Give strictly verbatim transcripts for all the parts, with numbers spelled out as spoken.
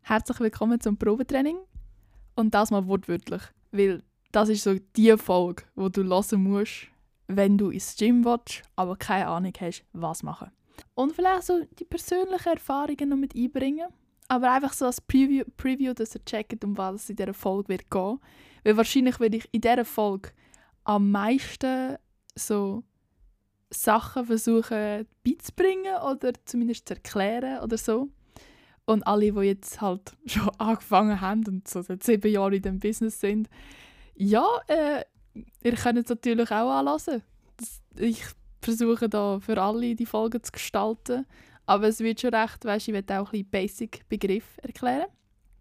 Herzlich willkommen zum Probetraining. Und das mal wortwörtlich, weil das ist so die Folge, die du hören musst, wenn du ins Gym willst, aber keine Ahnung hast, was machen. Und vielleicht so die persönlichen Erfahrungen noch mit einbringen, aber einfach so als Preview, Preview dass ihr checkt, um was es in dieser Folge wird gehen. Weil wahrscheinlich werde ich in dieser Folge am meisten so Sachen versuchen beizubringen oder zumindest zu erklären oder so. Und alle, die jetzt halt schon angefangen haben und so seit sieben Jahren in diesem Business sind, ja, äh, ihr könnt es natürlich auch anhören. Das, ich versuche da für alle die Folgen zu gestalten, aber es wird schon recht, weißt, ich werde auch ein bisschen Basic-Begriff erklären.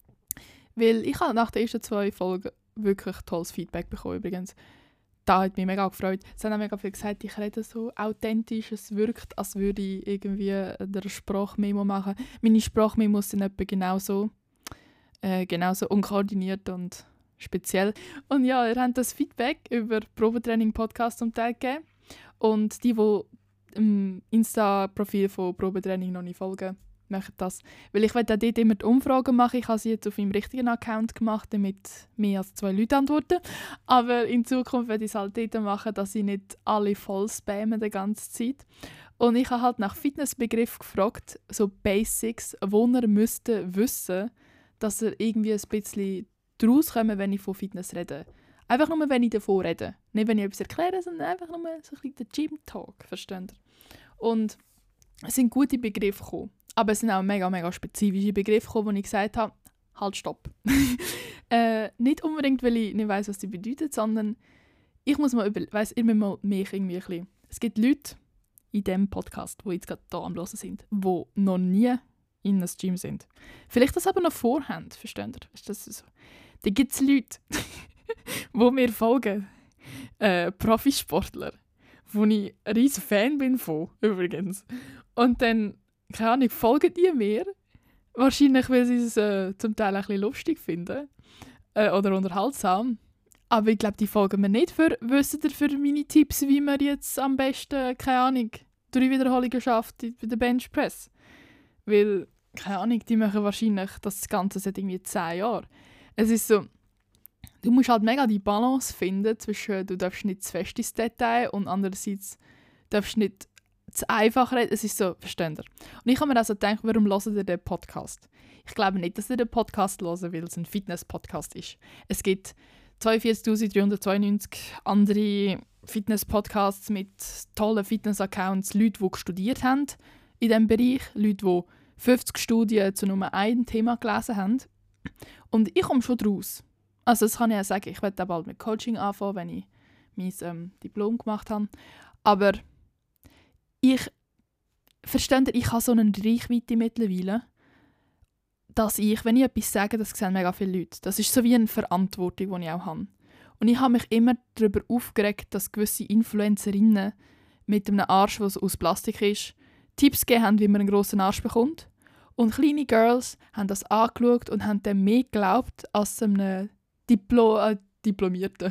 Weil ich habe nach den ersten zwei Folgen wirklich tolles Feedback bekommen übrigens. Da hat mich mega gefreut. Es haben auch mega viele gesagt, ich rede so authentisch, es wirkt, als würde ich irgendwie eine Sprachmemo machen. Meine Sprachmemos sind etwa genauso, äh, genauso unkoordiniert und speziell. Und ja, ihr habt das Feedback über Probetraining-Podcast zum Teil gegeben. Und die, die im Insta-Profil von Probetraining noch nicht folgen, machen das. Weil ich will auch dort immer die Umfragen machen. Ich habe sie jetzt auf meinem richtigen Account gemacht, damit mehr als zwei Leute antworten. Aber in Zukunft werde ich es halt dort machen, dass ich nicht alle voll spammen die ganze Zeit. Und ich habe halt nach Fitnessbegriff gefragt, so Basics, wo ihr müsste wissen, dass ihr irgendwie ein bisschen daraus kommen, wenn ich von Fitness rede. Einfach nur, wenn ich davon rede. Nicht, wenn ich etwas erkläre, sondern einfach nur so ein bisschen der Gym-Talk, versteht ihr? Und es sind gute Begriffe gekommen. Aber es sind auch mega, mega spezifische Begriffe gekommen, wo ich gesagt habe, halt, stopp. äh, nicht unbedingt, weil ich nicht weiss, was sie bedeuten, sondern ich muss mal über, weiss immer mal mich irgendwie ein bisschen. Es gibt Leute in diesem Podcast, die jetzt gerade hier am Hören sind, die noch nie in einem Gym sind. Vielleicht das aber noch vorhaben, versteht ihr? Ist das so? Da gibt es Leute, die mir folgen. Äh, Profisportler, wo ich ein riesen Fan bin von, übrigens. Und dann, keine Ahnung, folgen die mir. Wahrscheinlich, weil sie es äh, zum Teil ein bisschen lustig finden. Äh, oder unterhaltsam. Aber ich glaube, die folgen mir nicht für, wissen ihr, für meine Tipps, wie man jetzt am besten, keine Ahnung, drei Wiederholungen schafft bei der Benchpress. Weil, keine Ahnung, die machen wahrscheinlich das Ganze seit irgendwie zehn Jahren. Es ist so, du musst halt mega die Balance finden zwischen, du darfst nicht zu fest ins Detail und andererseits darfst du nicht zu einfach reden. Es ist so, versteht ihr? Und ich habe mir also gedacht, warum hört ihr den Podcast? Ich glaube nicht, dass ihr den Podcast hört, weil es ein Fitness-Podcast ist. Es gibt zweiundvierzigtausenddreihundertzweiundneunzig andere Fitness-Podcasts mit tollen Fitness-Accounts, Leute, die studiert haben in diesem Bereich, Leute, die fünfzig Studien zu nur einem Thema gelesen haben. Und ich komme schon draus. Also das kann ich ja sagen, ich werde bald mit Coaching anfangen, wenn ich mein ähm, Diplom gemacht habe. Aber ich, versteht ihr, ich habe so eine Reichweite mittlerweile, dass ich, wenn ich etwas sage, das sehen mega viele Leute. Das ist so wie eine Verantwortung, die ich auch habe. Und ich habe mich immer darüber aufgeregt, dass gewisse Influencerinnen mit einem Arsch, der aus Plastik ist, Tipps gegeben haben, wie man einen grossen Arsch bekommt. Und kleine Girls haben das angeschaut und haben dem mehr geglaubt als einem Diplo- äh, Diplomierten.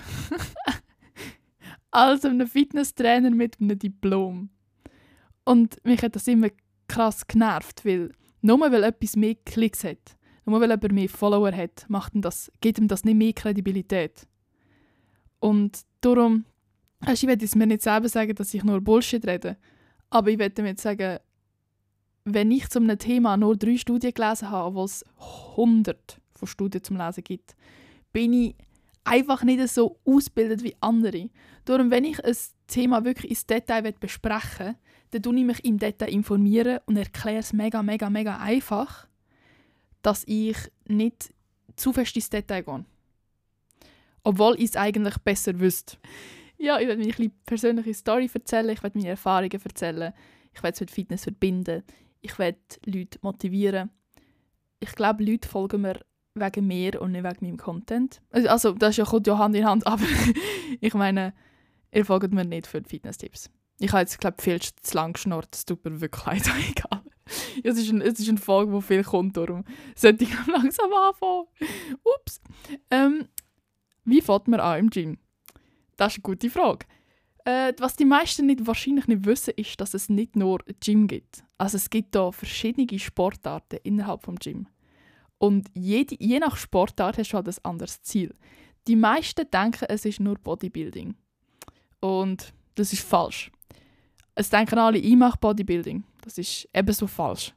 als einem Fitnesstrainer mit einem Diplom. Und mich hat das immer krass genervt, weil nur weil etwas mehr Klicks hat, nur weil jemand mehr Follower hat, macht ihm das, gibt ihm das nicht mehr Kredibilität. Und darum, also ich will es mir nicht selber sagen, dass ich nur Bullshit rede, aber ich will damit sagen, wenn ich zu einem Thema nur drei Studien gelesen habe, obwohl es hundert von Studien zum Lesen gibt, bin ich einfach nicht so ausgebildet wie andere. Darum, wenn ich ein Thema wirklich ins Detail besprechen will, dann informiere ich mich im Detail informieren und erkläre es mega, mega, mega einfach, dass ich nicht zu fest ins Detail gehe. Obwohl ich es eigentlich besser wüsste. Ja, ich werde mir eine persönliche Story erzählen, ich werde meine Erfahrungen erzählen, ich werde es mit Fitness verbinden, ich werde Leute motivieren. Ich glaube, Leute folgen mir wegen mir und nicht wegen meinem Content. Also, das ist ja Hand in Hand, aber ich meine, ihr folgt mir nicht für die Fitness-Tipps. Ich habe jetzt, glaube ich, viel zu lang geschnurrt, es tut mir wirklich leid, egal. Es ist, ein, es ist eine Folge, wo viel kommt, darum sollte ich langsam anfangen. Ups. Ähm, wie fängt man an im Gym? Das ist eine gute Frage. Äh, was die meisten nicht, wahrscheinlich nicht wissen, ist, dass es nicht nur ein Gym gibt. Also es gibt da verschiedene Sportarten innerhalb des Gym. Und jede, je nach Sportart hast du halt ein anderes Ziel. Die meisten denken, es ist nur Bodybuilding. Und das ist falsch. Es denken alle, ich mache Bodybuilding. Das ist ebenso falsch.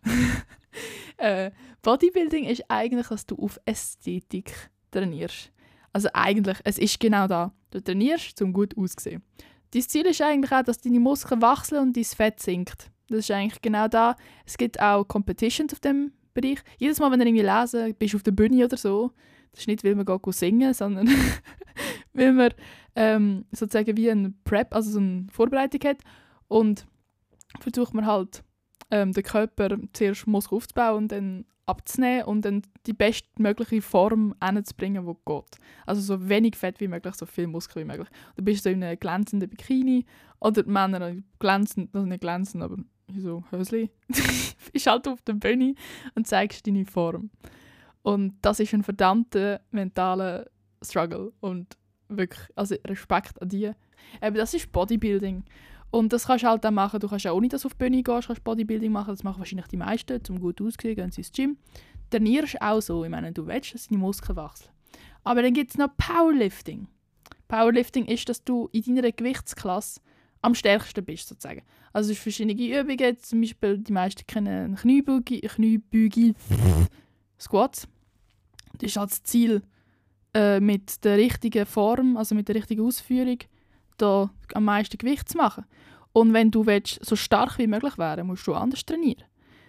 äh, Bodybuilding ist eigentlich, dass du auf Ästhetik trainierst. Also eigentlich, es ist genau da. Du trainierst, um gut auszusehen. Dein Ziel ist eigentlich auch, dass deine Muskeln wachsen und dein Fett sinkt. Das ist eigentlich genau da. Es gibt auch Competitions auf dem Bereich. Jedes Mal, wenn du irgendwie lesen, bist du auf der Bühne oder so, das ist nicht, weil man geht singen, sondern weil man ähm, sozusagen wie eine Prep, also so eine Vorbereitung hat. Und versucht man halt, ähm, den Körper zuerst Muskel aufzubauen und dann abzunehmen und dann die bestmögliche Form hinzubringen, die geht. Also so wenig Fett wie möglich, so viel Muskel wie möglich. Du bist so in einem glänzenden Bikini oder die Männer glänzend, also nicht glänzend, aber so Hösli. Bist halt auf der Bühne und zeigst deine Form. Und das ist ein verdammter mentaler Struggle und wirklich, also Respekt an die. Eben, das ist Bodybuilding. Und das kannst du halt auch machen. Du kannst auch ohne, dass du auf die Bühne gehst, kannst Bodybuilding machen. Das machen wahrscheinlich die meisten, um gut auszusehen, gehen sie ins Gym. Trainierst auch so. Ich meine, du willst, dass deine Muskeln wachsen. Aber dann gibt es noch Powerlifting. Powerlifting ist, dass du in deiner Gewichtsklasse am stärksten bist, sozusagen. Also es sind verschiedene Übungen. Zum Beispiel, die meisten kennen Kniebeuge, Kniebeuge Squats. Das ist halt das Ziel, äh, mit der richtigen Form, also mit der richtigen Ausführung, da am meisten Gewicht zu machen. Und wenn du willst, so stark wie möglich werden, musst du anders trainieren.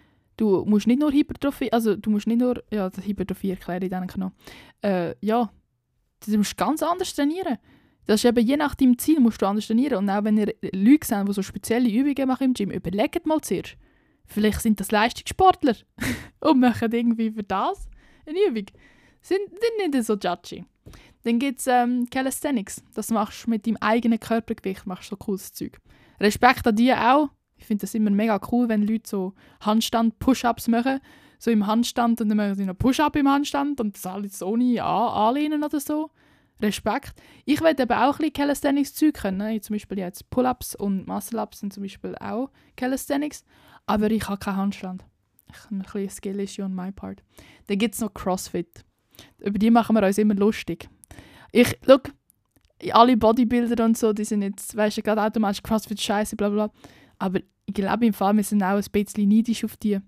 Du musst nicht nur Hypertrophie, also du musst nicht nur, ja, die Hypertrophie erkläre ich dann noch. Äh, ja, du musst ganz anders trainieren. Das ist eben, je nach deinem Ziel musst du anders trainieren. Und auch wenn ihr Leute seht, die so spezielle Übungen machen im Gym, überlegt mal zuerst. Vielleicht sind das Leistungssportler und machen irgendwie für das eine Übung. Sind nicht so judgy. Dann gibt es ähm, Calisthenics. Das machst du mit deinem eigenen Körpergewicht, machst so cooles Zeug. Respekt an die auch. Ich finde das immer mega cool, wenn Leute so Handstand-Push-Ups machen. So im Handstand und dann machen sie noch Push-Up im Handstand und das alles ohne an- anlehnen oder so. Respekt. Ich will eben auch ein bisschen Calisthenics-Zeug können. Ich zum Beispiel jetzt Pull-Ups und Muscle-Ups sind zum Beispiel auch Calisthenics. Aber ich habe keinen Handstand. Ich habe ein bisschen Skill-Issue on my part. Dann gibt es noch CrossFit. Über die machen wir uns immer lustig. Ich, look, alle Bodybuilder und so, die sind jetzt, weißt du, gerade automatisch CrossFit scheiße, bla bla. Aber ich glaube im Fall, wir sind auch ein bisschen neidisch auf die.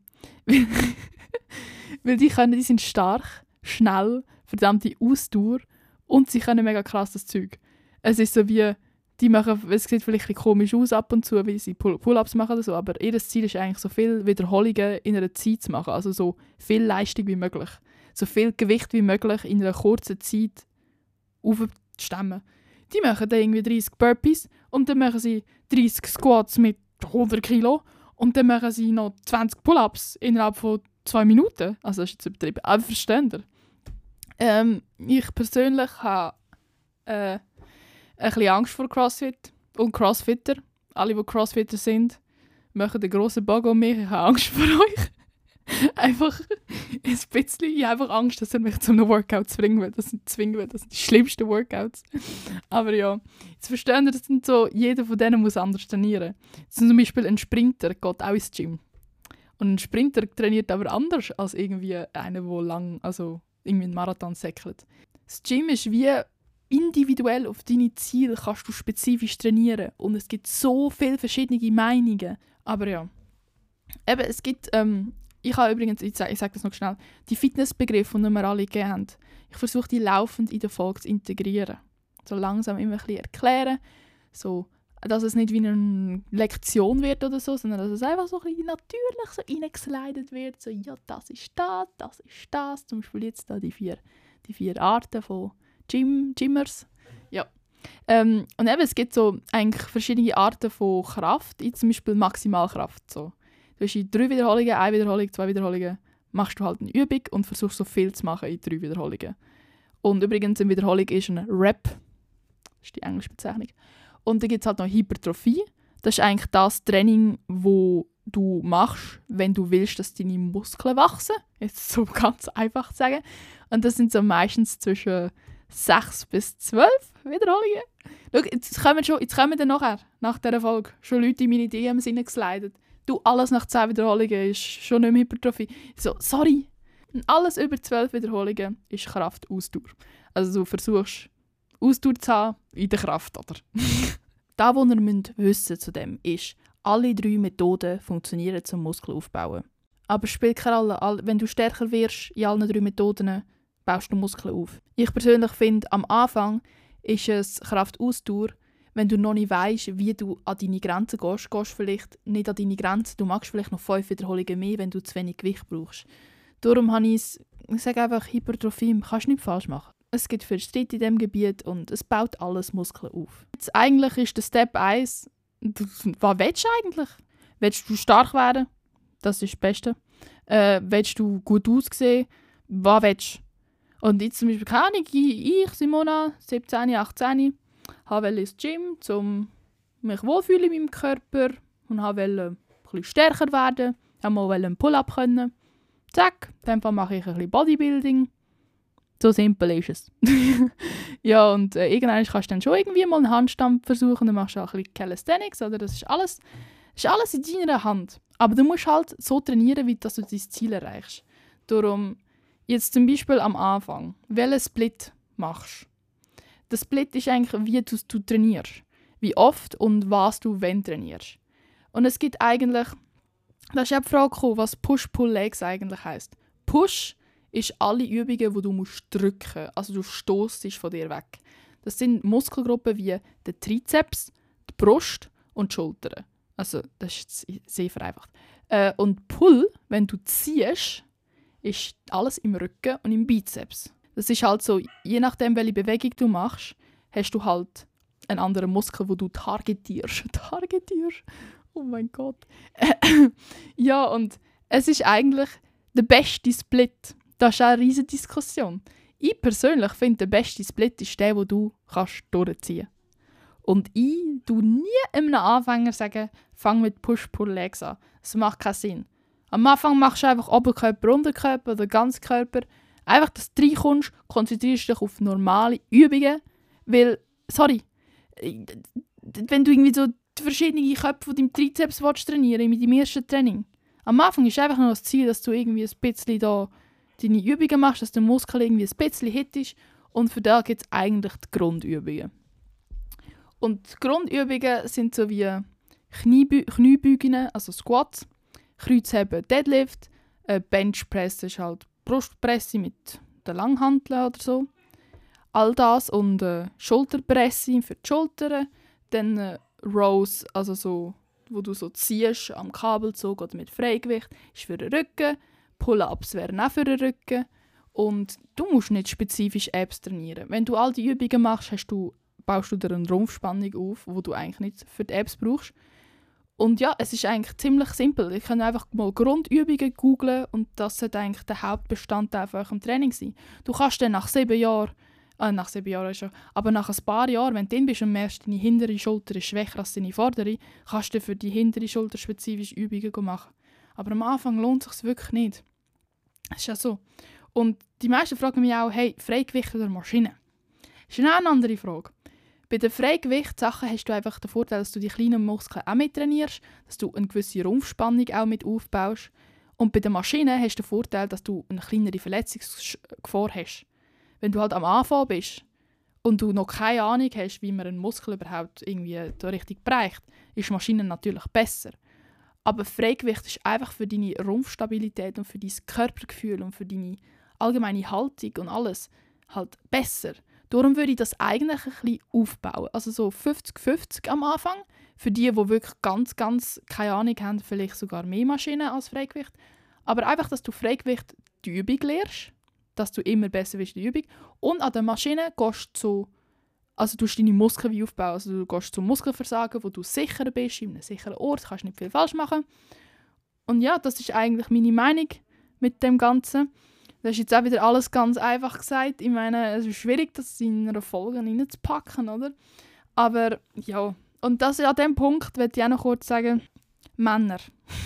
Weil die können, die sind stark, schnell, verdammte Ausdauer und sie können mega krass das Zeug. Es ist so wie, die machen, es sieht vielleicht ein bisschen komisch aus ab und zu, wie sie Pull- Pull-Ups machen oder so, aber ihr Ziel ist eigentlich so viel Wiederholungen in einer Zeit zu machen, also so viel Leistung wie möglich. So viel Gewicht wie möglich in einer kurzen Zeit aufzustemmen. Die machen dann irgendwie dreißig Burpees und dann machen sie dreißig Squats mit hundert Kilo und dann machen sie noch zwanzig Pull-Ups innerhalb von zwei Minuten. Also das ist jetzt übertrieben, aber versteht ihr? Ähm, ich persönlich habe äh, ein bisschen Angst vor CrossFit und Crossfitter. Alle, die Crossfitter sind, machen den grossen Bogen um mich. Ich habe Angst vor euch. Einfach ein bisschen, ich habe einfach Angst, dass er mich zu einem Workout zwingen will. Das sind, zwingen will. Das sind die schlimmsten Workouts. Aber ja, jetzt verstehen wir, das sind so, jeder von denen muss anders trainieren. Zum Beispiel ein Sprinter geht auch ins Gym. Und ein Sprinter trainiert aber anders als irgendwie einer, der lang, also irgendwie einen Marathon säckelt. Das Gym ist wie individuell auf deine Ziele kannst du spezifisch trainieren. Und es gibt so viele verschiedene Meinungen. Aber ja, eben, es gibt... Ähm, Ich habe übrigens, ich sage sag das noch schnell, die Fitnessbegriffe, die wir alle gegeben haben, ich versuche die laufend in der Folge zu integrieren. So langsam immer ein bisschen erklären, so, dass es nicht wie eine Lektion wird oder so, sondern dass es einfach so ein bisschen natürlich so reingeslidet wird. So, ja, das ist das, das ist das. Zum Beispiel jetzt da die vier, die vier Arten von Gym, Gymmers. Ja. Ähm, und eben, es gibt so eigentlich verschiedene Arten von Kraft, wie zum Beispiel Maximalkraft. So. Du hast in drei Wiederholungen, eine Wiederholung, zwei Wiederholungen, machst du halt eine Übung und versuchst so viel zu machen in drei Wiederholungen. Und übrigens, eine Wiederholung ist eine Rep. Das ist die englische Bezeichnung. Und dann gibt es halt noch Hypertrophie. Das ist eigentlich das Training, das du machst, wenn du willst, dass deine Muskeln wachsen. Jetzt so ganz einfach zu sagen. Und das sind so meistens zwischen sechs bis zwölf Wiederholungen. Schau, jetzt kommen, schon, jetzt kommen dann nachher, nach dieser Folge, schon Leute in meine D Ms hineingeslidet. Du, alles nach zehn Wiederholungen ist schon nicht mehr Hypertrophie. So, sorry. Und alles über zwölf Wiederholungen ist Kraftausdauer. Also du versuchst, Ausdauer zu haben in der Kraft, oder? Das, was ihr wissen zu dem ist, alle drei Methoden funktionieren zum Muskelaufbauen. Aber es spielt keine Rolle, wenn du stärker wirst in allen drei Methoden, baust du Muskeln auf. Ich persönlich finde, am Anfang ist es Kraftausdauer, wenn du noch nicht weißt, wie du an deine Grenzen gehst. Gehst du vielleicht nicht an deine Grenzen, du magst vielleicht noch fünf Wiederholungen mehr, wenn du zu wenig Gewicht brauchst. Darum habe ich es, ich sage einfach, Hypertrophie kannst du nicht falsch machen. Es gibt viel Streit in diesem Gebiet und es baut alles Muskeln auf. Jetzt eigentlich ist der Step eins, was willst du eigentlich? Willst du stark werden? Das ist das Beste. Äh, willst du gut aussehen? Was willst du? Und jetzt zum Beispiel, keine Ahnung, ich, Simona, siebzehn, achtzehn, wollte ins Gym, um mich wohlfühlen in meinem Körper und wollte ein bisschen stärker werden, wollte mal einen Pull-up können. Zack, in dem Fall mache ich ein bisschen Bodybuilding. So simpel ist es. Ja, und äh, irgendwann kannst du dann schon irgendwie mal einen Handstand versuchen, dann machst du auch ein bisschen Calisthenics, oder? Das ist alles, das ist alles in deiner Hand. Aber du musst halt so trainieren, wie dass du dein Ziel erreichst. Darum, jetzt zum Beispiel am Anfang, welchen Split machst. Der Split ist eigentlich, wie du, du trainierst. Wie oft und was du wann trainierst. Und es gibt eigentlich, da ist ja die Frage gekommen, was Push-Pull-Legs eigentlich heisst. Push ist alle Übungen, die du musst drücken musst. Also du stossest von dir weg. Das sind Muskelgruppen wie der Trizeps, die Brust und die Schultern. Also das ist sehr vereinfacht. Äh, und Pull, wenn du ziehst, ist alles im Rücken und im Bizeps. Das ist halt so, je nachdem, welche Bewegung du machst, hast du halt einen anderen Muskel, wo du targetierst. Targetierst? Oh mein Gott. Ja, und es ist eigentlich der beste Split. Das ist auch eine riesige Diskussion. Ich persönlich finde, der beste Split ist der, den du kannst durchziehen kannst. Und ich sage nie einem Anfänger, sagen, fang mit Push-Pull-Legs an. Das macht keinen Sinn. Am Anfang machst du einfach Oberkörper, Unterkörper oder Ganzkörper. Einfach, dass du reinkommst, konzentrierst dich auf normale Übungen. Weil, sorry, wenn du irgendwie so die verschiedenen Köpfe von deinem Trizeps trainieren willst, mit deinem ersten Training. Am Anfang ist einfach noch das Ziel, dass du irgendwie ein bisschen da deine Übungen machst, dass der Muskel irgendwie ein bisschen hit ist. Und für das gibt es eigentlich die Grundübungen. Und die Grundübungen sind so wie Kniebü- Kniebeugen, also Squats, Kreuzheben, Deadlift, äh, Benchpress ist halt Brustpresse mit der Langhantel oder so. All das und äh, Schulterpresse für die Schultern, dann äh, Rows, also so, wo du so ziehst am Kabelzug oder mit Freigewicht, ist für den Rücken. Pull-ups wären auch für den Rücken. Und du musst nicht spezifisch Abs trainieren. Wenn du all die Übungen machst, hast du, baust du dir eine Rumpfspannung auf, die du eigentlich nicht für die Abs brauchst. Und ja, es ist eigentlich ziemlich simpel. Ich kann einfach mal Grundübungen googlen und das sollte eigentlich der Hauptbestandteil von eurem Training sein. Du kannst dann nach sieben Jahren, äh, nach sieben Jahren schon, aber nach ein paar Jahren, wenn du drin bist und merkst, deine hintere Schulter ist schwächer als deine vordere, kannst du für die hintere Schulter spezifische Übungen machen. Aber am Anfang lohnt es sich wirklich nicht. Das ist ja so. Und die meisten fragen mich auch, hey, Freigewicht oder Maschine? Das ist eine andere Frage. Bei den Freigewicht-Sachen hast du einfach den Vorteil, dass du die kleinen Muskeln auch mit trainierst, dass du eine gewisse Rumpfspannung auch mit aufbaust. Und bei den Maschinen hast du den Vorteil, dass du eine kleinere Verletzungsgefahr hast. Wenn du halt am Anfang bist und du noch keine Ahnung hast, wie man einen Muskel überhaupt irgendwie so richtig bereicht, ist Maschine natürlich besser. Aber Freigewicht ist einfach für deine Rumpfstabilität und für dein Körpergefühl und für deine allgemeine Haltung und alles halt besser. Darum würde ich das eigentlich ein bisschen aufbauen. Also so fünfzig fünfzig am Anfang. Für die, die wirklich ganz, ganz keine Ahnung haben, vielleicht sogar mehr Maschinen als Freigewicht. Aber einfach, dass du Freigewicht die Übung lernst, dass du immer besser wirst in der Übung. Und an der Maschine gehst du so, also du deine Muskeln wie aufbauen. Also du gehst zum Muskelversagen, wo du sicher bist, in einem sicheren Ort, kannst nicht viel falsch machen. Und ja, das ist eigentlich meine Meinung mit dem Ganzen. Das ist jetzt auch wieder alles ganz einfach gesagt. Ich meine, es ist schwierig, das in einer Folge reinzupacken, oder? Aber ja, und das an diesem Punkt möchte ich auch noch kurz sagen, Männer.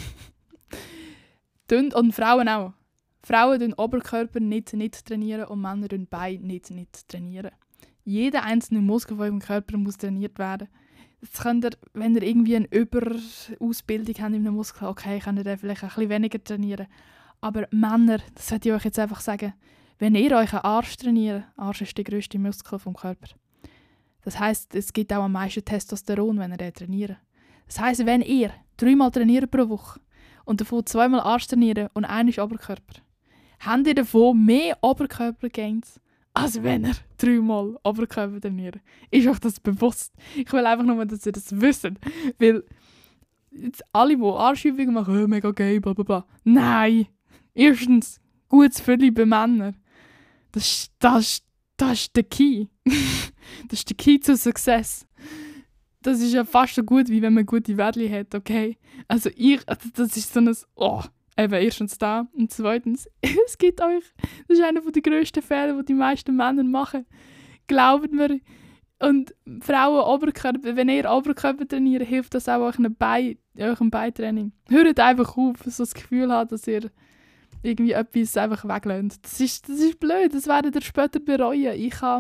Und Frauen auch. Frauen trainieren Oberkörper nicht, nicht trainieren und Männer trainieren Beine nicht, nicht trainieren. Jeder einzelne Muskel von eurem Körper muss trainiert werden. Jetzt könnt ihr, wenn ihr irgendwie eine Überausbildung habt in einem Muskel, okay, könnt ihr den vielleicht ein bisschen weniger trainieren. Aber Männer, das sollte ich euch jetzt einfach sagen, wenn ihr euch einen Arsch trainiert, Arsch ist der grösste Muskel vom Körper. Das heisst, es gibt auch am meisten Testosteron, wenn ihr den trainiert. Das heisst, wenn ihr dreimal trainiert pro Woche und davon zweimal Arsch trainieren und einmal Oberkörper, habt ihr davon mehr Oberkörpergains, als wenn ihr dreimal Oberkörper trainiert. Ist euch das bewusst? Ich will einfach nur, dass ihr das wisst. Weil jetzt alle, die Arschübungen machen, oh, mega geil, bla bla bla. Nein! Erstens, gutes Viertel bei Männern. Das ist, das, ist, das ist der Key. Das ist der Key zu Success. Das ist ja fast so gut, wie wenn man gute Werte hat, okay? Also ich, also das ist so ein, oh, eben erstens da und zweitens, es gibt euch, das ist einer der grössten Fehler, die die meisten Männer machen. Glaubt mir. Und Frauen Oberkörper, wenn ihr Oberkörper trainiert, hilft das auch euch Bein, eurem Beintraining. Hört einfach auf, so das Gefühl habt, dass ihr irgendwie etwas einfach weglässt. Das ist, das ist blöd, das werdet ihr später bereuen. Ich habe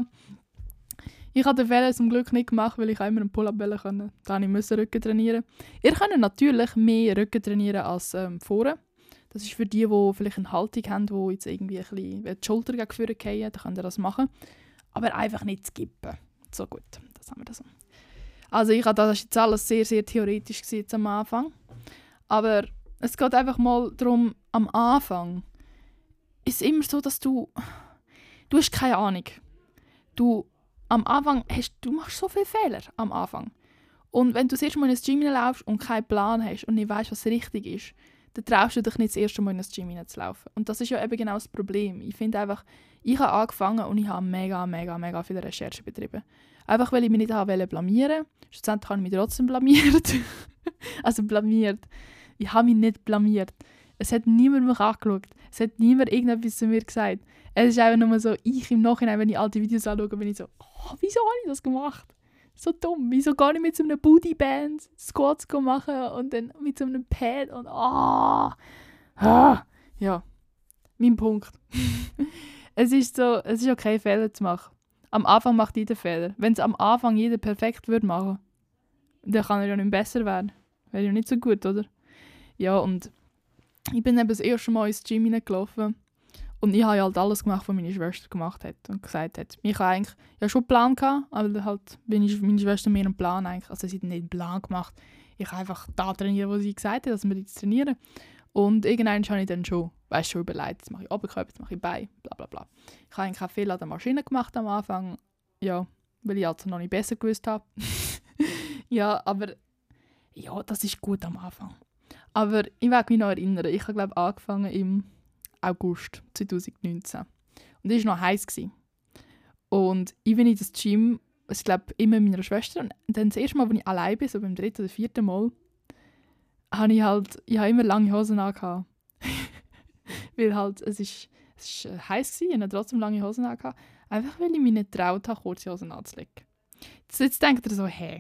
ich hab den Fehler zum Glück nicht gemacht, weil ich immer einen Pull-up wählen konnte. Da musste ich Rücken trainieren. Ihr könnt natürlich mehr Rücken trainieren als ähm, vorne. Das ist für die, die vielleicht eine Haltung haben, die jetzt irgendwie ein bisschen die Schulter gegen vorne fallen, dann könnt ihr das machen. Aber einfach nicht skippen. So gut, das haben wir das. Also ich habe das jetzt alles sehr, sehr theoretisch gesehen am Anfang. Aber es geht einfach mal darum, am Anfang ist es immer so, dass du, du hast keine Ahnung. Du, am Anfang hast, du machst so viele Fehler am Anfang. Und wenn du das erste Mal in ein Gym laufst und keinen Plan hast und nicht weißt, was richtig ist, dann traust du dich nicht das erste Mal in ein Gym hineinzulaufen. Und das ist ja eben genau das Problem. Ich finde einfach, ich habe angefangen und ich habe mega, mega, mega viele Recherchen betrieben. Einfach, weil ich mich nicht habe blamieren wollte. Schlussendlich habe ich mich trotzdem blamiert. also blamiert. Ich habe mich nicht blamiert. Es hat niemand mich angeschaut. Es hat niemand irgendetwas zu mir gesagt. Es ist einfach nur so, ich im Nachhinein, wenn ich alte Videos anschaue, bin ich so, oh, wieso habe ich das gemacht? So dumm. Wieso gar nicht mit so einer Bootyband Squats machen und dann mit so einem Pad und ah. ah. Ja, mein Punkt. es ist so, es ist okay, Fehler zu machen. Am Anfang macht jeder Fehler. Wenn es am Anfang jeder perfekt würde machen, dann kann er ja nicht besser werden. Wäre ja nicht so gut, oder? Ja, und ich bin eben das erste Mal ins Gym hineingelaufen und ich habe halt alles gemacht, was meine Schwester gemacht hat und gesagt hat. Ich hatte eigentlich ja schon einen Plan gehabt, aber halt bin ich meine Schwester mir einen Plan eigentlich, also sie hat nicht einen Plan gemacht. Ich habe einfach da trainiert, wo sie gesagt hat, dass wir jetzt trainieren. Und irgendwann habe ich dann schon, weißt, schon überlegt, jetzt mache ich Oberkörper, jetzt mache ich Bein, bla bla bla. Ich habe eigentlich auch viel an der Maschine gemacht am Anfang, ja, weil ich also noch nicht besser gewusst habe. ja, aber ja, das ist gut am Anfang. Aber ich mag mich noch erinnern, ich habe glaube angefangen im August zwanzig neunzehn. Und es war noch heiß. Und ich bin in das Gym, ich glaube immer mit meiner Schwester. Und dann das erste Mal, als ich allein bin, so beim dritten oder vierten Mal, habe ich halt, ich habe immer lange Hosen angehabt. weil halt, es ist, es ist heiß gewesen, ich habe trotzdem lange Hosen angehabt. Einfach weil ich mich nicht getraut habe, kurze Hosen anzulegen. Jetzt, jetzt denkt ihr so, hä?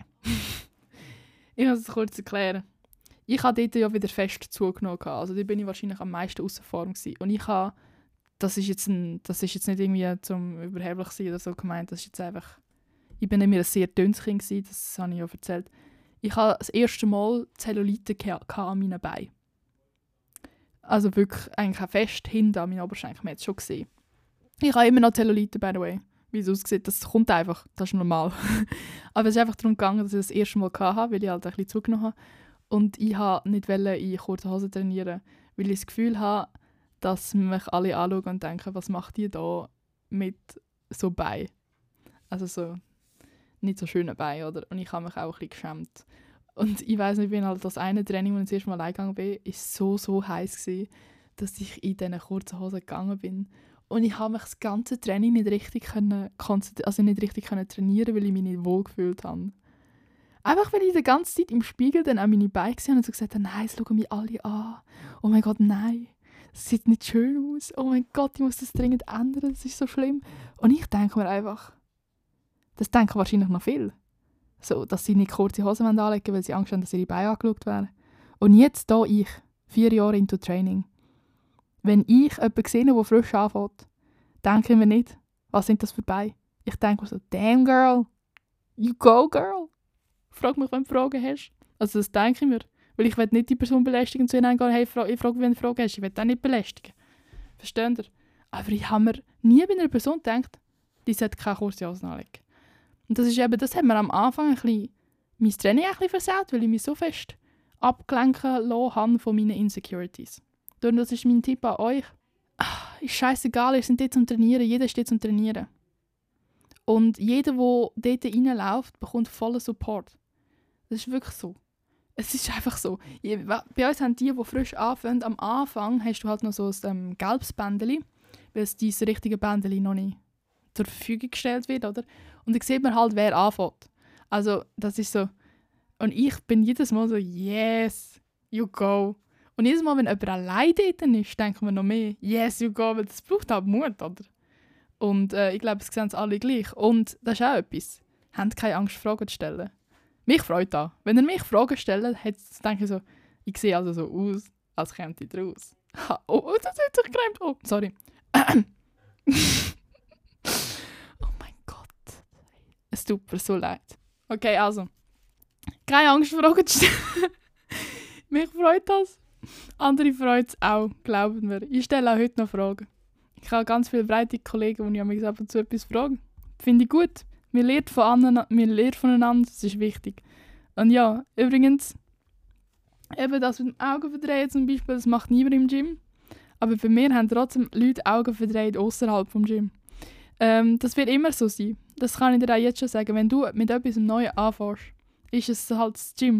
ich muss es kurz erklären. Ich habe dort ja wieder fest zugenommen. Also da bin ich wahrscheinlich am meisten außer Form gewesen. Und ich habe, das ist jetzt, ein, das ist jetzt nicht irgendwie zum überheblich sein oder so gemeint, das ist jetzt einfach, ich bin nämlich ein sehr dünnes Kind gewesen, das habe ich ja erzählt. Ich habe das erste Mal Zellulite an meinen Beinen. Also wirklich eigentlich auch fest hinten an meinen Oberschenkeln, man hat es schon gesehen. Ich habe immer noch Zellulite, by the way. Wie es aussieht, das kommt einfach, das ist normal. Aber es ist einfach darum gegangen, dass ich das erste Mal hatte, weil ich halt ein bisschen zugenommen habe. Und ich wollte nicht in kurzen Hosen trainieren, weil ich das Gefühl habe, dass mich alle anschauen und denken, was macht die da mit so Beinen? Also so nicht so schönen Beinen, oder? Und ich habe mich auch ein bisschen geschämt. Und ich weiss nicht, ich bin halt das eine Training, als ich das erste Mal allein gegangen bin, ist so, so heiß gewesen, dass ich in diesen kurzen Hosen gegangen bin. Und ich habe mich das ganze Training nicht richtig können, also nicht richtig können trainieren, weil ich mich nicht wohl gefühlt habe. Einfach, weil ich die ganze Zeit im Spiegel dann auch meine Beine gesehen habe und so gesagt habe, nein, es schauen mich alle an. Oh mein Gott, nein, das sieht nicht schön aus. Oh mein Gott, ich muss das dringend ändern, das ist so schlimm. Und ich denke mir einfach, das denken wahrscheinlich noch viel. So, dass sie nicht kurze Hosen anlegen wollen, weil sie Angst haben, dass ihre Beine angeschaut werden. Und jetzt hier ich, vier Jahre into Training. Wenn ich jemanden sehe, der frisch anfängt, denke ich mir nicht, was sind das für Beine? Ich denke mir so, damn girl, you go girl. Frag mich, wenn du Fragen hast. Also das denke ich mir. Weil ich will nicht die Person belästigen und zu ihnen gehen, hey, ich frage, wenn du eine Frage hast. Ich will auch nicht belästigen. Versteht ihr? Aber ich habe mir nie bei einer Person gedacht, die sollte keine kurze Hosen anlegen. Und das ist eben, das hat mir am Anfang ein bisschen, mein Training ein bisschen versaut, weil ich mich so fest abgelenken lassen habe von meinen Insecurities. Darum, das ist mein Tipp an euch. Ach, ist scheißegal, ihr seid dort zum Trainieren, jeder steht zum Trainieren. Und jeder, der dort reinläuft, bekommt vollen Support. Das ist wirklich so. Es ist einfach so. Bei uns haben die, die frisch anfangen, am Anfang hast du halt noch so ein ähm, gelbes Bändchen, weil es dieses richtige Bändchen noch nicht zur Verfügung gestellt wird, oder? Und dann sieht man halt, wer anfängt. Also, das ist so. Und ich bin jedes Mal so, yes, you go. Und jedes Mal, wenn jemand allein dort ist, denken wir noch mehr, yes, you go, weil das braucht halt Mut, oder? Und äh, ich glaube, es sehen es alle gleich. Und das ist auch etwas. Habt keine Angst, Fragen zu stellen. Mich freut das. Wenn ihr mich Fragen stellt, denke ich so, ich sehe also so aus, als käme ich draus. Oh, oh, das hat sich gereimt. Oh, sorry. Oh mein Gott. Es tut mir so leid. Okay, also. Keine Angst, Fragen zu stellen. Mich freut das. Andere freut es auch, glauben wir. Ich stelle auch heute noch Fragen. Ich habe ganz viele breite Kollegen, die mich ab und zu etwas fragen. Finde ich gut. Wir lernen von anderen, wir lernen voneinander, das ist wichtig. Und ja, übrigens, eben das mit dem Augenverdrehen zum Beispiel, das macht niemand im Gym. Aber bei mir haben trotzdem Leute Augen verdreht außerhalb vom Gym. Ähm, das wird immer so sein. Das kann ich dir auch jetzt schon sagen. Wenn du mit etwas Neuem anfängst, ist es halt das Gym.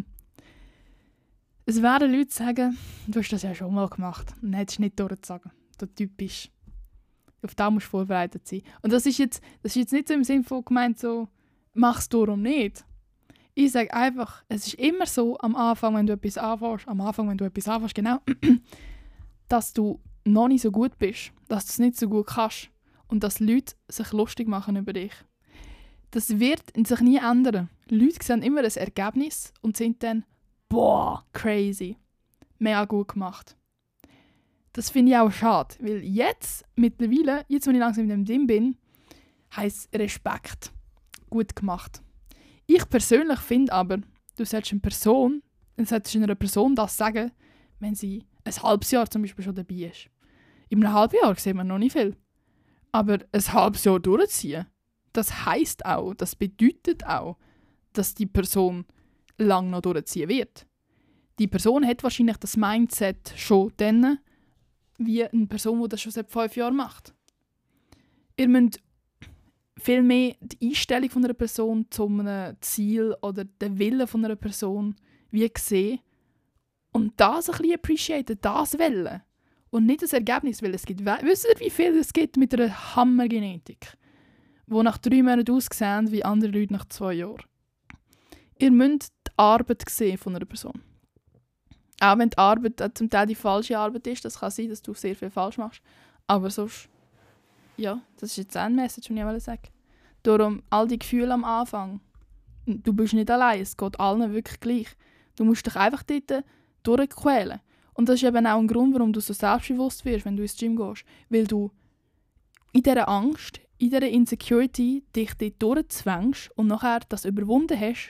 Es werden Leute sagen, du hast das ja schon mal gemacht. Und dann hättest du nicht durchzusagen. Der Typ ist. Auf das musst du vorbereitet sein. Und das ist jetzt, das ist jetzt nicht so im Sinne von gemeint, so, mach es darum nicht. Ich sage einfach, es ist immer so, am Anfang, wenn du etwas anfängst, am Anfang, wenn du etwas anfängst, genau, dass du noch nicht so gut bist, dass du es nicht so gut kannst und dass Leute sich lustig machen über dich. Das wird sich nie ändern. Leute sehen immer das Ergebnis und sind dann, boah, crazy, mega gut gemacht. Das finde ich auch schade, weil jetzt, mittlerweile, jetzt, wo ich langsam in dem Ding bin, heisst Respekt. Gut gemacht. Ich persönlich finde aber, du solltest eine Person, du solltest einer Person das sagen, wenn sie ein halbes Jahr zum Beispiel schon dabei ist. In einem halben Jahr sieht man noch nicht viel. Aber ein halbes Jahr durchziehen, das heisst auch, das bedeutet auch, dass die Person lang noch durchziehen wird. Die Person hat wahrscheinlich das Mindset schon dann, wie eine Person, die das schon seit fünf Jahren macht. Ihr müsst viel mehr die Einstellung von einer Person zu einem Ziel oder den Willen von einer Person wie sehen und das ein bisschen appreciaten, das wollen. Und nicht das Ergebnis, weil es gibt. Wisst ihr, wie viel es gibt mit einer Hammergenetik, die nach drei Monaten aussehen wie andere Leute nach zwei Jahren? Ihr müsst die Arbeit sehen von einer Person. Auch wenn die Arbeit zum Teil die falsche Arbeit ist, das kann sein, dass du sehr viel falsch machst. Aber sonst, ja, das ist jetzt eine Message, die ich sagen wollte. Darum, all die Gefühle am Anfang, du bist nicht allein, es geht allen wirklich gleich. Du musst dich einfach dort durchquälen. Und das ist eben auch ein Grund, warum du so selbstbewusst wirst, wenn du ins Gym gehst. Weil du in dieser Angst, in dieser Insecurity dich dort durchzwängst und nachher das überwunden hast.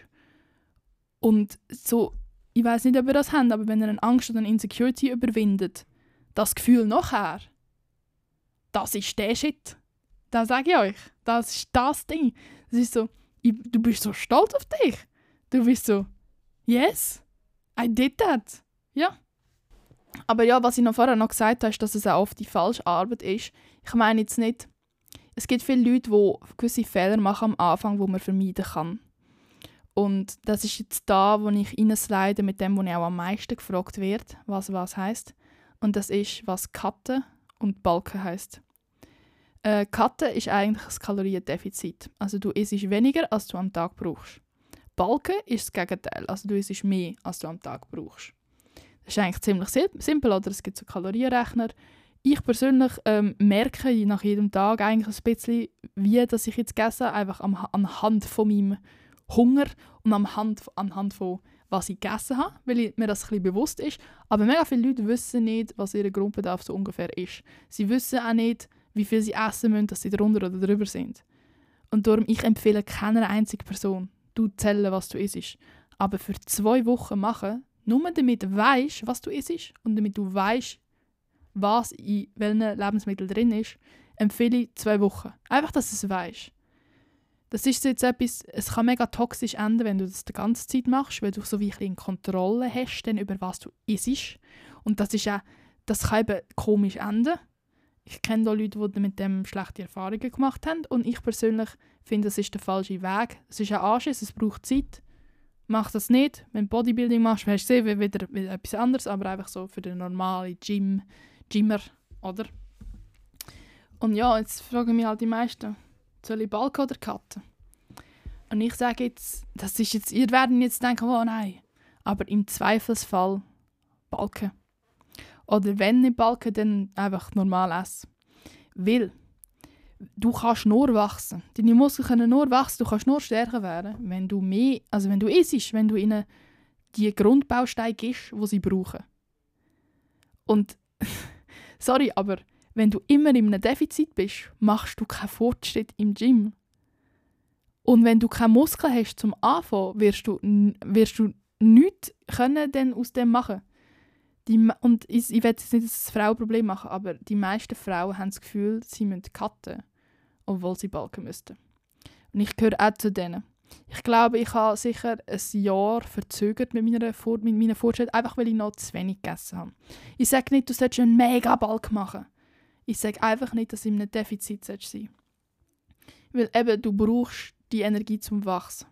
Und so, ich weiss nicht, ob ihr das habt, aber wenn ihr eine Angst oder eine Insecurity überwindet, das Gefühl nachher, das ist der Shit. Das sage ich euch. Das ist das Ding. Das ist so, ich, du bist so stolz auf dich. Du bist so, yes, I did that. Ja. Aber ja, was ich noch vorher noch gesagt habe, ist, dass es auch oft die falsche Arbeit ist. Ich meine jetzt nicht, es gibt viele Leute, die gewisse Fehler machen am Anfang, die man vermeiden kann. Und das ist jetzt da, wo ich reinslide mit dem, wo ich auch am meisten gefragt wird, was was heisst. Und das ist, was Cutten und Balken heisst. Äh, Cutten ist eigentlich ein Kaloriendefizit. Also du isst weniger, als du am Tag brauchst. Balken ist das Gegenteil. Also du isst mehr, als du am Tag brauchst. Das ist eigentlich ziemlich simpel, oder? Es gibt so Kalorienrechner. Ich persönlich ähm, merke nach jedem Tag eigentlich ein bisschen, wie dass ich jetzt gegessen habe, einfach am, anhand von meinem Hunger und anhand, anhand von was ich gegessen habe, weil ich, mir das ein bisschen bewusst ist. Aber mega viele Leute wissen nicht, was ihr Grundbedarf so ungefähr ist. Sie wissen auch nicht, wie viel sie essen müssen, dass sie darunter oder drüber sind. Und darum, ich empfehle keiner einzigen Person, du zählen, was du isst. Aber für zwei Wochen machen, Nur damit du weißt, was du isst und damit du weißt, was in welchen Lebensmitteln drin ist, empfehle ich zwei Wochen. Einfach, dass du es weißt. Das ist jetzt etwas, es kann mega toxisch enden, wenn du das die ganze Zeit machst, weil du so wie ein bisschen Kontrolle hast, dann über was du isst. Und das ist auch, das kann eben komisch enden. Ich kenne da Leute, die mit dem schlechte Erfahrungen gemacht haben. Und ich persönlich finde, das ist der falsche Weg. Es ist ein Anschiss, es braucht Zeit. Mach das nicht. Wenn du Bodybuilding machst, hast du gesehen, wieder, wieder etwas anderes, aber einfach so für den normalen Gym, Gymmer, oder? Und ja, jetzt fragen mich halt die meisten, soll ich Balken oder Cutten? Und ich sage jetzt, das ist jetzt, ihr werdet jetzt denken, oh nein, aber im Zweifelsfall Balken. Oder wenn nicht Balken, dann einfach normal essen. Weil du kannst nur wachsen. Deine Muskeln können nur wachsen, du kannst nur stärker werden, wenn du mehr, also wenn du isst, wenn du ihnen die Grundbausteine gibst, die sie brauchen. Und, sorry, aber wenn du immer in einem Defizit bist, machst du keinen Fortschritt im Gym. Und wenn du keine Muskeln hast zum Anfangen, wirst du, wirst du nichts können denn aus dem machen. Die, und ich, ich will jetzt nicht das Frauenproblem machen, aber die meisten Frauen haben das Gefühl, sie müssen cutten, obwohl sie balken müssten. Und ich gehöre auch zu denen. Ich glaube, ich habe sicher ein Jahr verzögert mit, meiner, mit meinen Fortschritten, einfach weil ich noch zu wenig gegessen habe. Ich sage nicht, du solltest einen mega Balk machen. Ich sage einfach nicht, dass du in einem Defizit sein solltest. Weil eben, du brauchst die Energie zum Wachsen.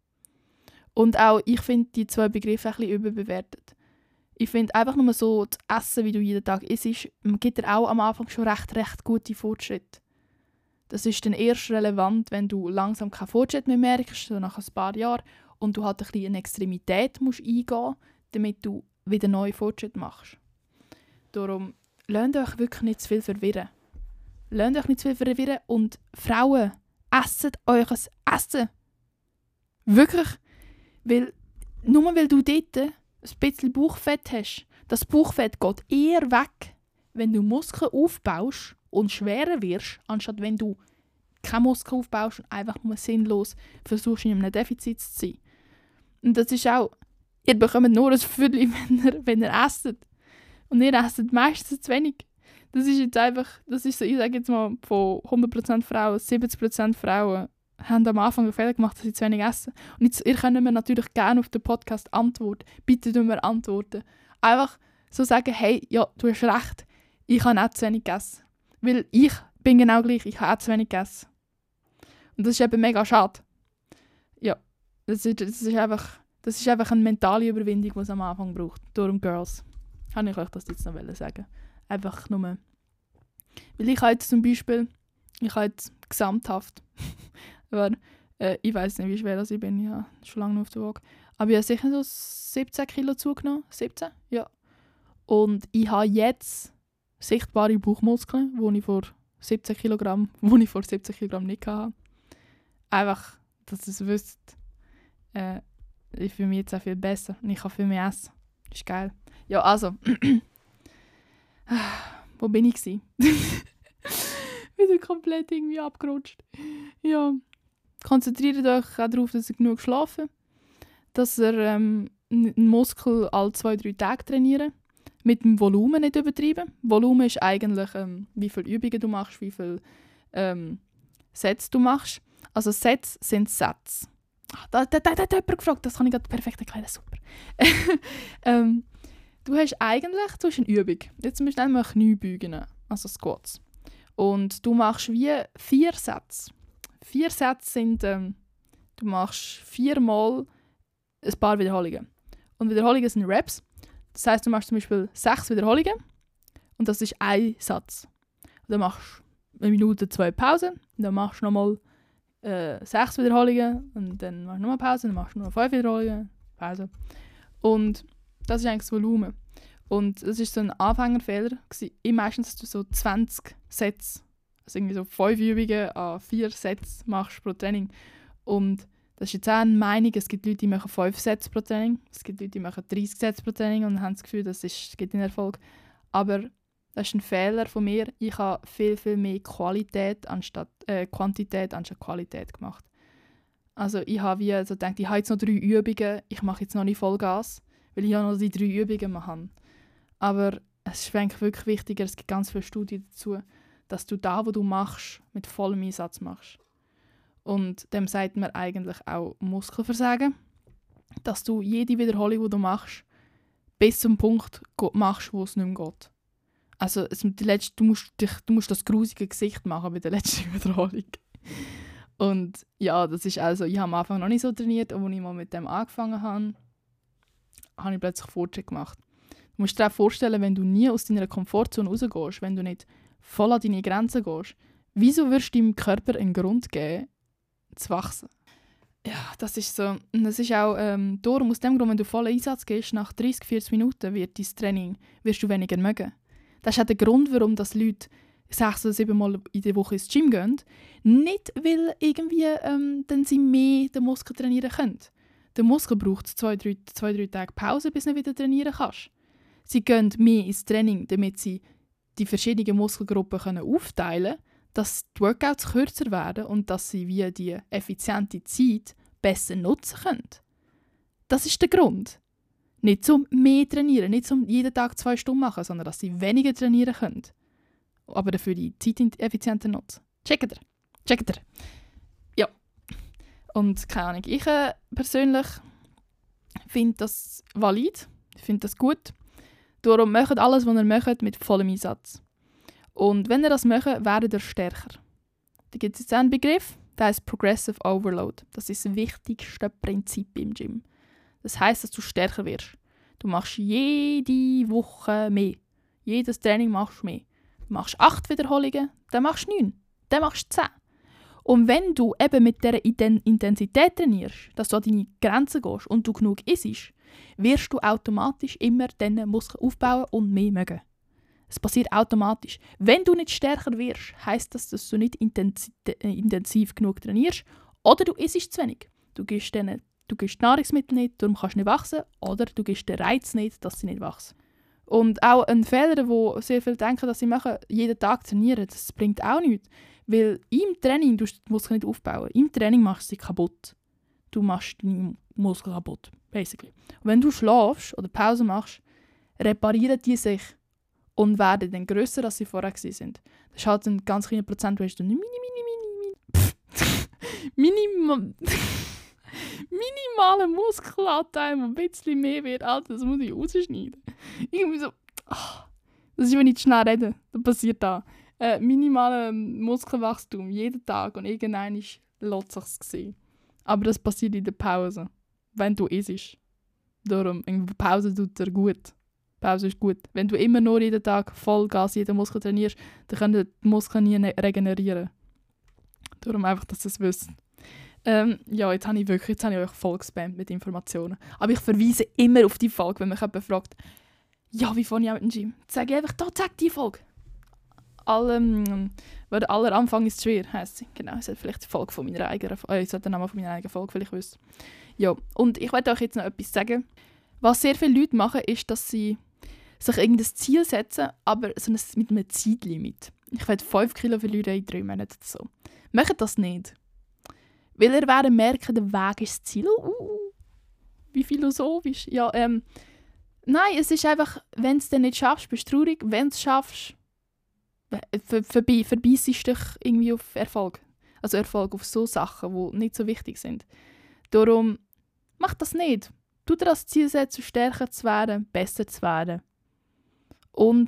Und auch, ich finde die zwei Begriffe ein bisschen überbewertet. Ich finde einfach nur so, zu essen, wie du jeden Tag isst, gibt dir auch am Anfang schon recht, recht gute Fortschritte. Das ist dann erst relevant, wenn du langsam keinen Fortschritt mehr merkst, so nach ein paar Jahren, und du halt ein bisschen in Extremität musst eingehen, damit du wieder neue Fortschritte machst. Darum, lasst euch wirklich nicht zu viel verwirren. Lasst euch nicht zu viel verwirren und Frauen, esset eures Essen. Wirklich. Weil, nur weil du dort ein bisschen Bauchfett hast, das Bauchfett geht eher weg, wenn du Muskeln aufbaust und schwerer wirst, anstatt wenn du keine Muskeln aufbaust und einfach nur sinnlos versuchst, in einem Defizit zu sein. Und das ist auch, ihr bekommt nur ein Viertel, wenn ihr, wenn ihr esst. Und ihr esst meistens zu wenig. Das ist jetzt einfach, das ist so, ich sage jetzt mal, von hundert Prozent Frauen, siebzig Prozent Frauen haben am Anfang einen Fehler gemacht, dass sie zu wenig essen. Und jetzt, ihr könnt mir natürlich gerne auf den Podcast antworten. Bitte tun mir antworten. Einfach so sagen, hey, ja, du hast recht, ich habe auch zu wenig gegessen. Weil ich bin genau gleich, ich habe auch zu wenig gegessen. Und das ist eben mega schade. Ja, das ist, das ist, einfach, das ist einfach eine mentale Überwindung, die es am Anfang braucht. Darum, Girls, kann ich euch das jetzt noch sagen. Einfach nur. Weil ich habe jetzt zum Beispiel, ich habe jetzt gesamthaft, aber, äh, ich weiss nicht, wie schwer ich bin, ich habe schon lange noch auf der Waage. Aber ich habe sicher so siebzehn Kilo zugenommen. siebzehn? Ja. Und ich habe jetzt sichtbare Bauchmuskeln, die ich vor siebzehn Kilogramm, wo ich vor siebzehn Kilogramm nicht hatte. Einfach, dass ihr es wisst. Äh, ich fühle mich jetzt auch viel besser und ich kann viel mehr essen. Das ist geil. Ja, also. Wo bin ich gsi? Wieder komplett irgendwie abgerutscht. Ja. Konzentriert euch auch darauf, dass ihr genug schlafen. Dass ihr ähm, einen Muskel alle zwei, drei Tage trainieren. Mit dem Volumen nicht übertreiben. Volumen ist eigentlich, ähm, wie viele Übungen du machst, wie viele ähm, Sätze du machst. Also Sätze sind Sätze. Ach, da, da, da, da hat jemand gefragt, das kann ich gerade perfekt erklären, super. ähm, du hast eigentlich, du hast eine Übung. Jetzt musst du einmal Kniebeugen nehmen, also Squats. Und du machst wie vier Sätze. Vier Sätze sind, ähm, du machst viermal ein paar Wiederholungen. Und Wiederholungen sind Reps. Das heisst, du machst zum Beispiel sechs Wiederholungen und das ist ein Satz. Und dann machst du eine Minute, zwei Pause, und dann machst du nochmal äh, sechs Wiederholungen und dann machst du nochmal Pause, dann machst du nochmal fünf Wiederholungen, Pause. Und das ist eigentlich das Volumen. Und das war so ein Anfängerfehler. Ich meistens, dass du so zwanzig Sätze, also irgendwie so fünf Übungen an vier Sätze machst pro Training. Und das ist jetzt auch eine Meinung. Es gibt Leute, die machen fünf Sätze pro Training. Es gibt Leute, die machen dreißig Sätze pro Training und haben das Gefühl, das ist, gibt einen Erfolg. Aber das ist ein Fehler von mir. Ich habe viel, viel mehr Qualität anstatt, äh, Quantität anstatt Qualität gemacht. Also ich habe wie so gedacht, ich habe jetzt noch drei Übungen, ich mache jetzt noch nicht Vollgas. weil ich ja noch die drei Übungen mache. Aber es ist eigentlich wirklich wichtiger, es gibt ganz viele Studien dazu, dass du da, was du machst, mit vollem Einsatz machst. Und dem sagt man eigentlich auch Muskelversagen, dass du jede Wiederholung, die du machst, bis zum Punkt machst, wo es nicht mehr geht. Also es, die letzte, du, musst dich, du musst das grusige Gesicht machen bei der letzten Wiederholung. Und ja, das ist also, ich habe am Anfang noch nicht so trainiert, und als ich mal mit dem angefangen habe, habe ich plötzlich Fortschritt gemacht. Du musst dir auch vorstellen, wenn du nie aus deiner Komfortzone rausgehst, wenn du nicht voll an deine Grenzen gehst, wieso wirst du deinem Körper einen Grund geben, zu wachsen? Ja, das ist so. Und das ist auch ähm, darum, aus dem Grund, wenn du vollen Einsatz gehst, nach dreißig, vierzig Minuten wird dein Training, wirst du weniger mögen. Das ist auch der Grund, warum das Leute sechs oder sieben Mal in der Woche ins Gym gehen. Nicht, weil irgendwie ähm, dann sie mehr den Muskel trainieren können. Der Muskel braucht zwei, drei, zwei, drei Tage Pause, bis du wieder trainieren kannst. Sie gehen mehr ins Training, damit sie die verschiedenen Muskelgruppen können aufteilen können, dass die Workouts kürzer werden und dass sie wie die effiziente Zeit besser nutzen können. Das ist der Grund. Nicht zum mehr trainieren, nicht zum jeden Tag zwei Stunden machen, sondern dass sie weniger trainieren können. Aber dafür die Zeit effizienter nutzen. Checkt ihr? Checkt ihr? Ja. Und keine Ahnung, ich äh, persönlich finde das valid. Ich finde das gut. Darum macht alles, was ihr macht, mit vollem Einsatz. Und wenn ihr das macht, werdet ihr stärker. Da gibt es jetzt einen Begriff, der heißt Progressive Overload. Das ist das wichtigste Prinzip im Gym. Das heisst, dass du stärker wirst. Du machst jede Woche mehr. Jedes Training machst du mehr. Du machst acht Wiederholungen, dann machst du neun, dann machst du zehn. Und wenn du eben mit dieser Intensität trainierst, dass du an deine Grenzen gehst und du genug isst, wirst du automatisch immer diesen Muskel aufbauen und mehr mögen. Es passiert automatisch. Wenn du nicht stärker wirst, heisst das, dass du nicht intensiv, intensiv genug trainierst oder du isst zu wenig. Du gibst, denen, du gibst Nahrungsmittel nicht, darum kannst du nicht wachsen, oder du gibst den Reiz nicht, dass sie nicht wachsen. Und auch ein Fehler, wo sehr viele denken, dass sie machen, jeden Tag trainieren, das bringt auch nichts. Weil im Training tust du die Muskeln nicht aufbauen. Im Training machst du sie kaputt. Du machst deine Muskeln kaputt, basically. Und wenn du schlafst oder Pause machst, reparieren die sich und werden dann grösser, als sie vorher waren. Das ist halt ein ganz kleiner Prozent, wo du mini, mini, mini, mini, minimalen Muskelanteil, der ein bisschen mehr wird. Alter, das muss ich rausschneiden. Irgendwie so, oh, das ist, wenn ich zu schnell rede, dann passiert das. Äh, minimales Muskelwachstum, jeden Tag, und irgendwann lässt es sich sehen. Aber das passiert in der Pause, wenn du isst. Darum, eine Pause tut dir gut. Pause ist gut. Wenn du immer nur jeden Tag Vollgas jeden Muskel trainierst, dann können die Muskeln nie regenerieren. Darum einfach, dass ihr es wisst. Ähm, ja, jetzt habe ich wirklich jetzt habe ich euch voll gespammt mit Informationen. Aber ich verweise immer auf die Folge, wenn mich jemand fragt, ja, wie fange ich an mit dem Gym? Dann sage ich einfach, da, zeig die Folge. Allem, weil aller Anfang ist schwer, heisst sie. Genau, ich sollte vielleicht die Folge von meiner eigenen äh, ich sollte den Namen von meiner eigenen Folge vielleicht wissen. Ja, und ich werde euch jetzt noch etwas sagen. Was sehr viele Leute machen, ist, dass sie sich irgendein Ziel setzen, aber so ein, mit einem Zeitlimit. Ich werde fünf Kilo verlieren in drei Monaten. So. Macht das nicht. Weil ihr werdet merken, der Weg ist das Ziel. Uh, wie philosophisch. Ja, ähm, nein, es ist einfach, wenn du es dann nicht schaffst, bist du traurig. Wenn du es schaffst, ver vorbei, verbeissst du dich irgendwie auf Erfolg. Also Erfolg auf so Sachen, die nicht so wichtig sind. Darum, mach das nicht. Tu dir das Ziel setzen, stärker zu werden, besser zu werden. Und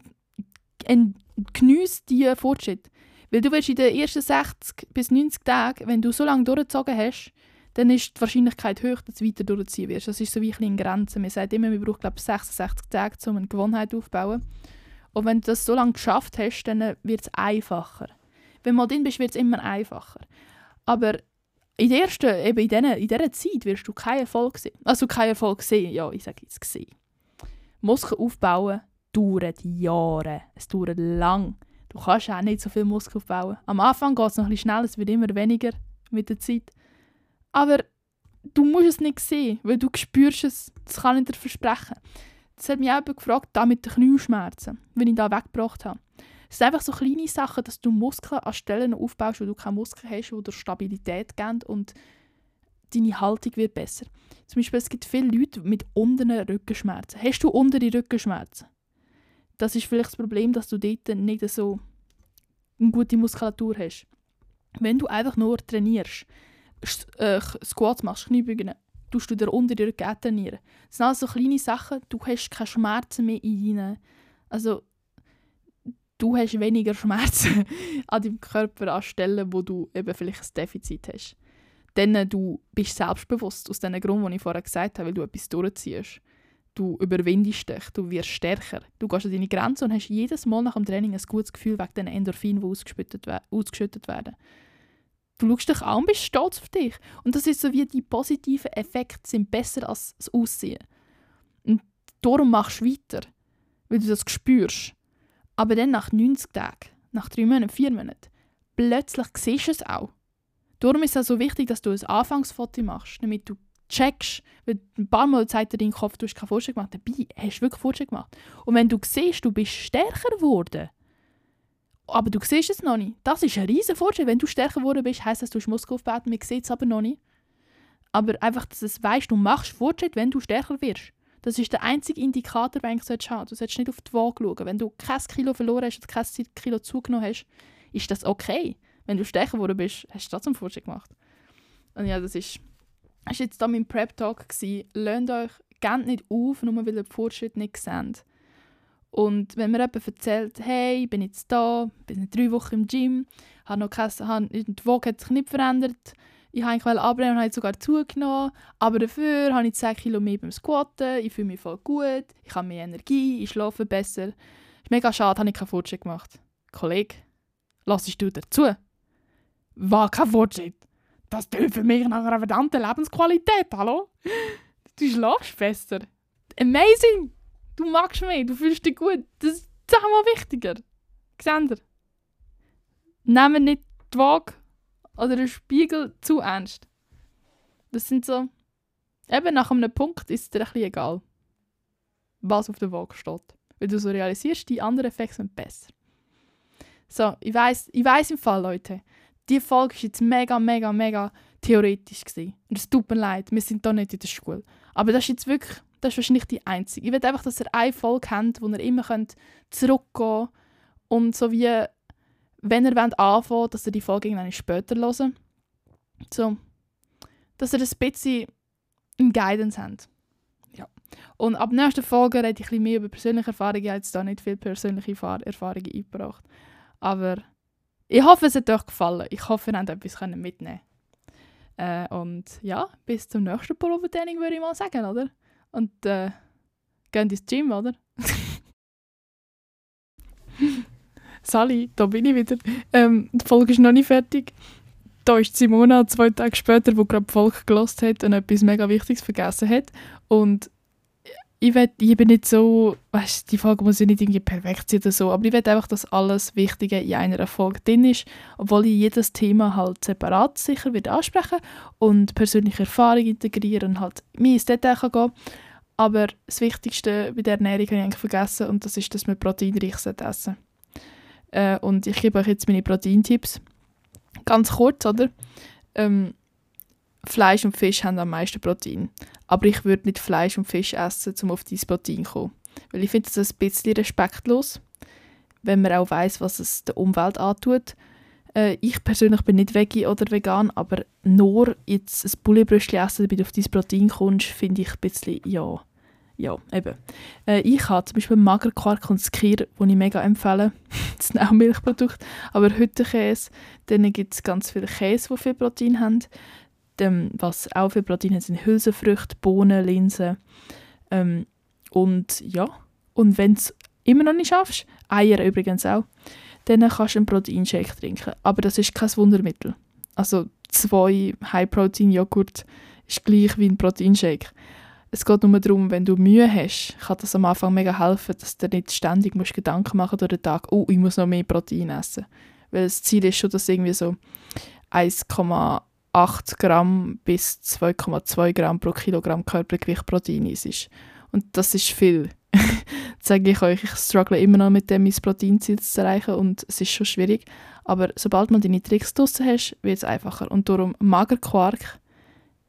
geniesse diesen Fortschritt. Weil du wirst in den ersten sechzig bis neunzig Tagen, wenn du so lange durchgezogen hast, dann ist die Wahrscheinlichkeit hoch, dass du weiter durchziehen wirst. Das ist so wie eine Grenze. Man sagt immer, man braucht glaube ich, sechsundsechzig Tage, um eine Gewohnheit aufzubauen. Und wenn du das so lange geschafft hast, dann wird es einfacher. Wenn du mal drin bist, wird es immer einfacher. Aber in der ersten, eben in dieser, in dieser Zeit wirst du keinen Erfolg sehen. Also keinen Erfolg sehen, ja, ich sage jetzt gesehen. Muskeln aufbauen dauert Jahre. Es dauert lang. Du kannst auch nicht so viel Muskeln aufbauen. Am Anfang geht es noch ein bisschen schnell, es wird immer weniger mit der Zeit. Aber du musst es nicht sehen, weil du spürst es. Das kann ich dir versprechen. Das hat mich auch jemand gefragt, da mit den Knieschmerzen, wenn ich da weggebracht habe. Es sind einfach so kleine Sachen, dass du Muskeln an Stellen aufbaust, wo du keine Muskeln hast, die dir Stabilität geben und deine Haltung wird besser. Zum Beispiel, es gibt viele Leute mit unteren Rückenschmerzen. Hast du untere Rückenschmerzen? Das ist vielleicht das Problem, dass du dort nicht so eine gute Muskulatur hast. Wenn du einfach nur trainierst, äh, Squats machst, Kniebeugen, tust du dir unter den Rücken trainieren. Das sind alles so kleine Sachen, du hast keine Schmerzen mehr in deinen... Also, du hast weniger Schmerzen an deinem Körper an Stellen, wo du eben vielleicht ein Defizit hast. Dann du bist selbstbewusst, aus dem Grund, den ich vorher gesagt habe, weil du etwas durchziehst. Du überwindest dich, du wirst stärker. Du gehst an deine Grenzen und hast jedes Mal nach dem Training ein gutes Gefühl wegen den Endorphinen, die ausgeschüttet, we- ausgeschüttet werden. Du schaust dich an und bist stolz auf dich. Und das ist so wie, die positiven Effekte sind besser als das Aussehen. Und darum machst du weiter, weil du das spürst. Aber dann nach neunzig Tagen, nach drei Monaten, vier Monaten, plötzlich siehst du es auch. Darum ist es so wichtig, dass du ein Anfangsfoto machst, damit du checkst, weil ein paar Mal zeigt dir dein Kopf, du hast keinen Fortschritt gemacht. Dabei hast du wirklich Fortschritt gemacht. Und wenn du siehst, du bist stärker geworden, aber du siehst es noch nicht, das ist ein riesen Fortschritt. Wenn du stärker geworden bist, heisst das, du hast Muskel aufgebaut, man sieht es aber noch nicht. Aber einfach, dass du es weißt, du machst Fortschritt, wenn du stärker wirst. Das ist der einzige Indikator, den du haben solltest. Du solltest nicht auf die Waage schauen. Wenn du kein Kilo verloren hast oder kein Kilo zugenommen hast, ist das okay. Wenn du stärker geworden bist, hast du trotzdem Fortschritt gemacht. Und ja, das ist, das war jetzt da mein Prep-Talk. Lasst euch gerne nicht auf, nur weil ihr den Fortschritt nicht seht. Und wenn mir jemand erzählt, hey, ich bin jetzt da, bin seit drei Wochen im Gym, habe noch keine, habe, die Waage hat sich nicht verändert, ich wollte eigentlich abnehmen und habe sogar zugenommen, aber dafür habe ich zehn Kilo mehr beim Squatten, ich fühle mich voll gut, ich habe mehr Energie, ich schlafe besser. Ist mega schade, habe ich keinen Fortschritt gemacht. Kollege, lassest du dazu? Was, kein Fortschritt? Das tönt für mich nach einer verdammten Lebensqualität, hallo? Du schlafst besser. Amazing! Du magst mich, du fühlst dich gut. Das ist zehnmal wichtiger. Seht ihr? Nehmt nicht die Waage oder den Spiegel zu ernst. Das sind so... Eben nach einem Punkt ist es dir ein bisschen egal, was auf der Waage steht. Weil du so realisierst, die anderen Effekte sind besser. So, ich weiss, ich weiss im Fall, Leute, die Folge war jetzt mega, mega, mega theoretisch gewesen. Und es tut mir leid, wir sind da nicht in der Schule. Aber das ist jetzt wirklich, das ist wahrscheinlich die einzige. Ich will einfach, dass ihr eine Folge habt, wo ihr immer könnt zurückgehen könnt und so wie, wenn ihr wollt, anfangen, dass ihr die Folge irgendwann später hört. So, dass ihr ein bisschen eine Guidance habt. Ja. Und ab der nächsten Folge rede ich ein bisschen mehr über persönliche Erfahrungen. Ich habe jetzt da nicht viele persönliche Erfahrungen eingebracht. Aber ich hoffe, es hat euch gefallen. Ich hoffe, ihr habt etwas mitnehmen können. Äh, und ja, bis zum nächsten Pullover-Training würde ich mal sagen, oder? Und äh, geht ins Gym, oder? Sally, da bin ich wieder. Ähm, die Folge ist noch nicht fertig. Da ist Simona zwei Tage später, wo gerade die Folge gehört hat und etwas mega Wichtiges vergessen hat. Und ich, will, ich bin nicht so, weißt, die Folge muss ja nicht irgendwie perfekt sein oder so, aber ich will einfach, dass alles Wichtige in einer Folge drin ist, obwohl ich jedes Thema halt separat sicher wieder ansprechen und persönliche Erfahrung integrieren und halt mehr ins Detail gehen kann. Aber das Wichtigste bei der Ernährung habe ich eigentlich vergessen und das ist, dass man proteinreich essen sollte. Äh, und ich gebe euch jetzt meine Proteintipps. Ganz kurz, oder? Ähm, Fleisch und Fisch haben am meisten Protein. Aber ich würde nicht Fleisch und Fisch essen, um auf dieses Protein zu kommen. Weil ich finde das ein bisschen respektlos, wenn man auch weiss, was es der Umwelt antut. Äh, ich persönlich bin nicht Veggie oder vegan, aber nur jetzt ein Bullebröstchen essen, damit du auf dieses Protein kommst, finde ich ein bisschen, ja, ja, eben. Äh, ich habe zum Beispiel Magerquark und Skyr, die ich mega empfehle. Das sind auch Milchprodukte. Aber Hüttenkäse, dann gibt es ganz viele Käse, die viel Protein haben. Dem, was auch viel Protein hat, sind Hülsenfrüchte, Bohnen, Linsen. Ähm, und ja, und wenn du es immer noch nicht schaffst, Eier übrigens auch, dann kannst du einen Proteinshake trinken. Aber das ist kein Wundermittel. Also zwei High-Protein-Joghurt ist gleich wie ein Proteinshake. Es geht nur darum, wenn du Mühe hast, kann das am Anfang mega helfen, dass du nicht ständig musst Gedanken machen durch den Tag, oh, ich muss noch mehr Protein essen. Weil das Ziel ist schon, dass irgendwie so eins Komma acht Gramm bis zwei Komma zwei Gramm pro Kilogramm Körpergewicht Protein ist. Und das ist viel. Das sage ich euch, ich struggle immer noch mit dem, mein Proteinziel zu erreichen und es ist schon schwierig. Aber sobald man deine Tricks draussen hast, wird es einfacher. Und darum Magerquark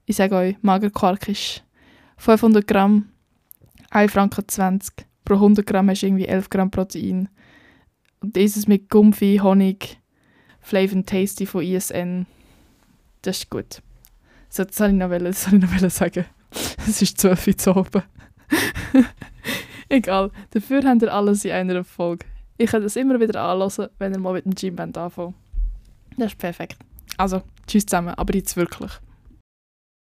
Ich sage euch, Magerquark ist fünfhundert Gramm, ein Franken zwanzig. Pro hundert Gramm hast du irgendwie elf Gramm Protein. Und dieses mit Gumpfi, Honig, Flavor and Tasty von I S N, das ist gut. So, das wollte ich noch, wollen, das wollte ich noch wollen sagen. Es ist zwölf Uhr zu oben. Egal, dafür habt ihr alles in einer Folge. Ich kann das immer wieder anhören, wenn ihr mal mit dem Gym anfangen. Das ist perfekt. Also, tschüss zusammen, aber jetzt wirklich.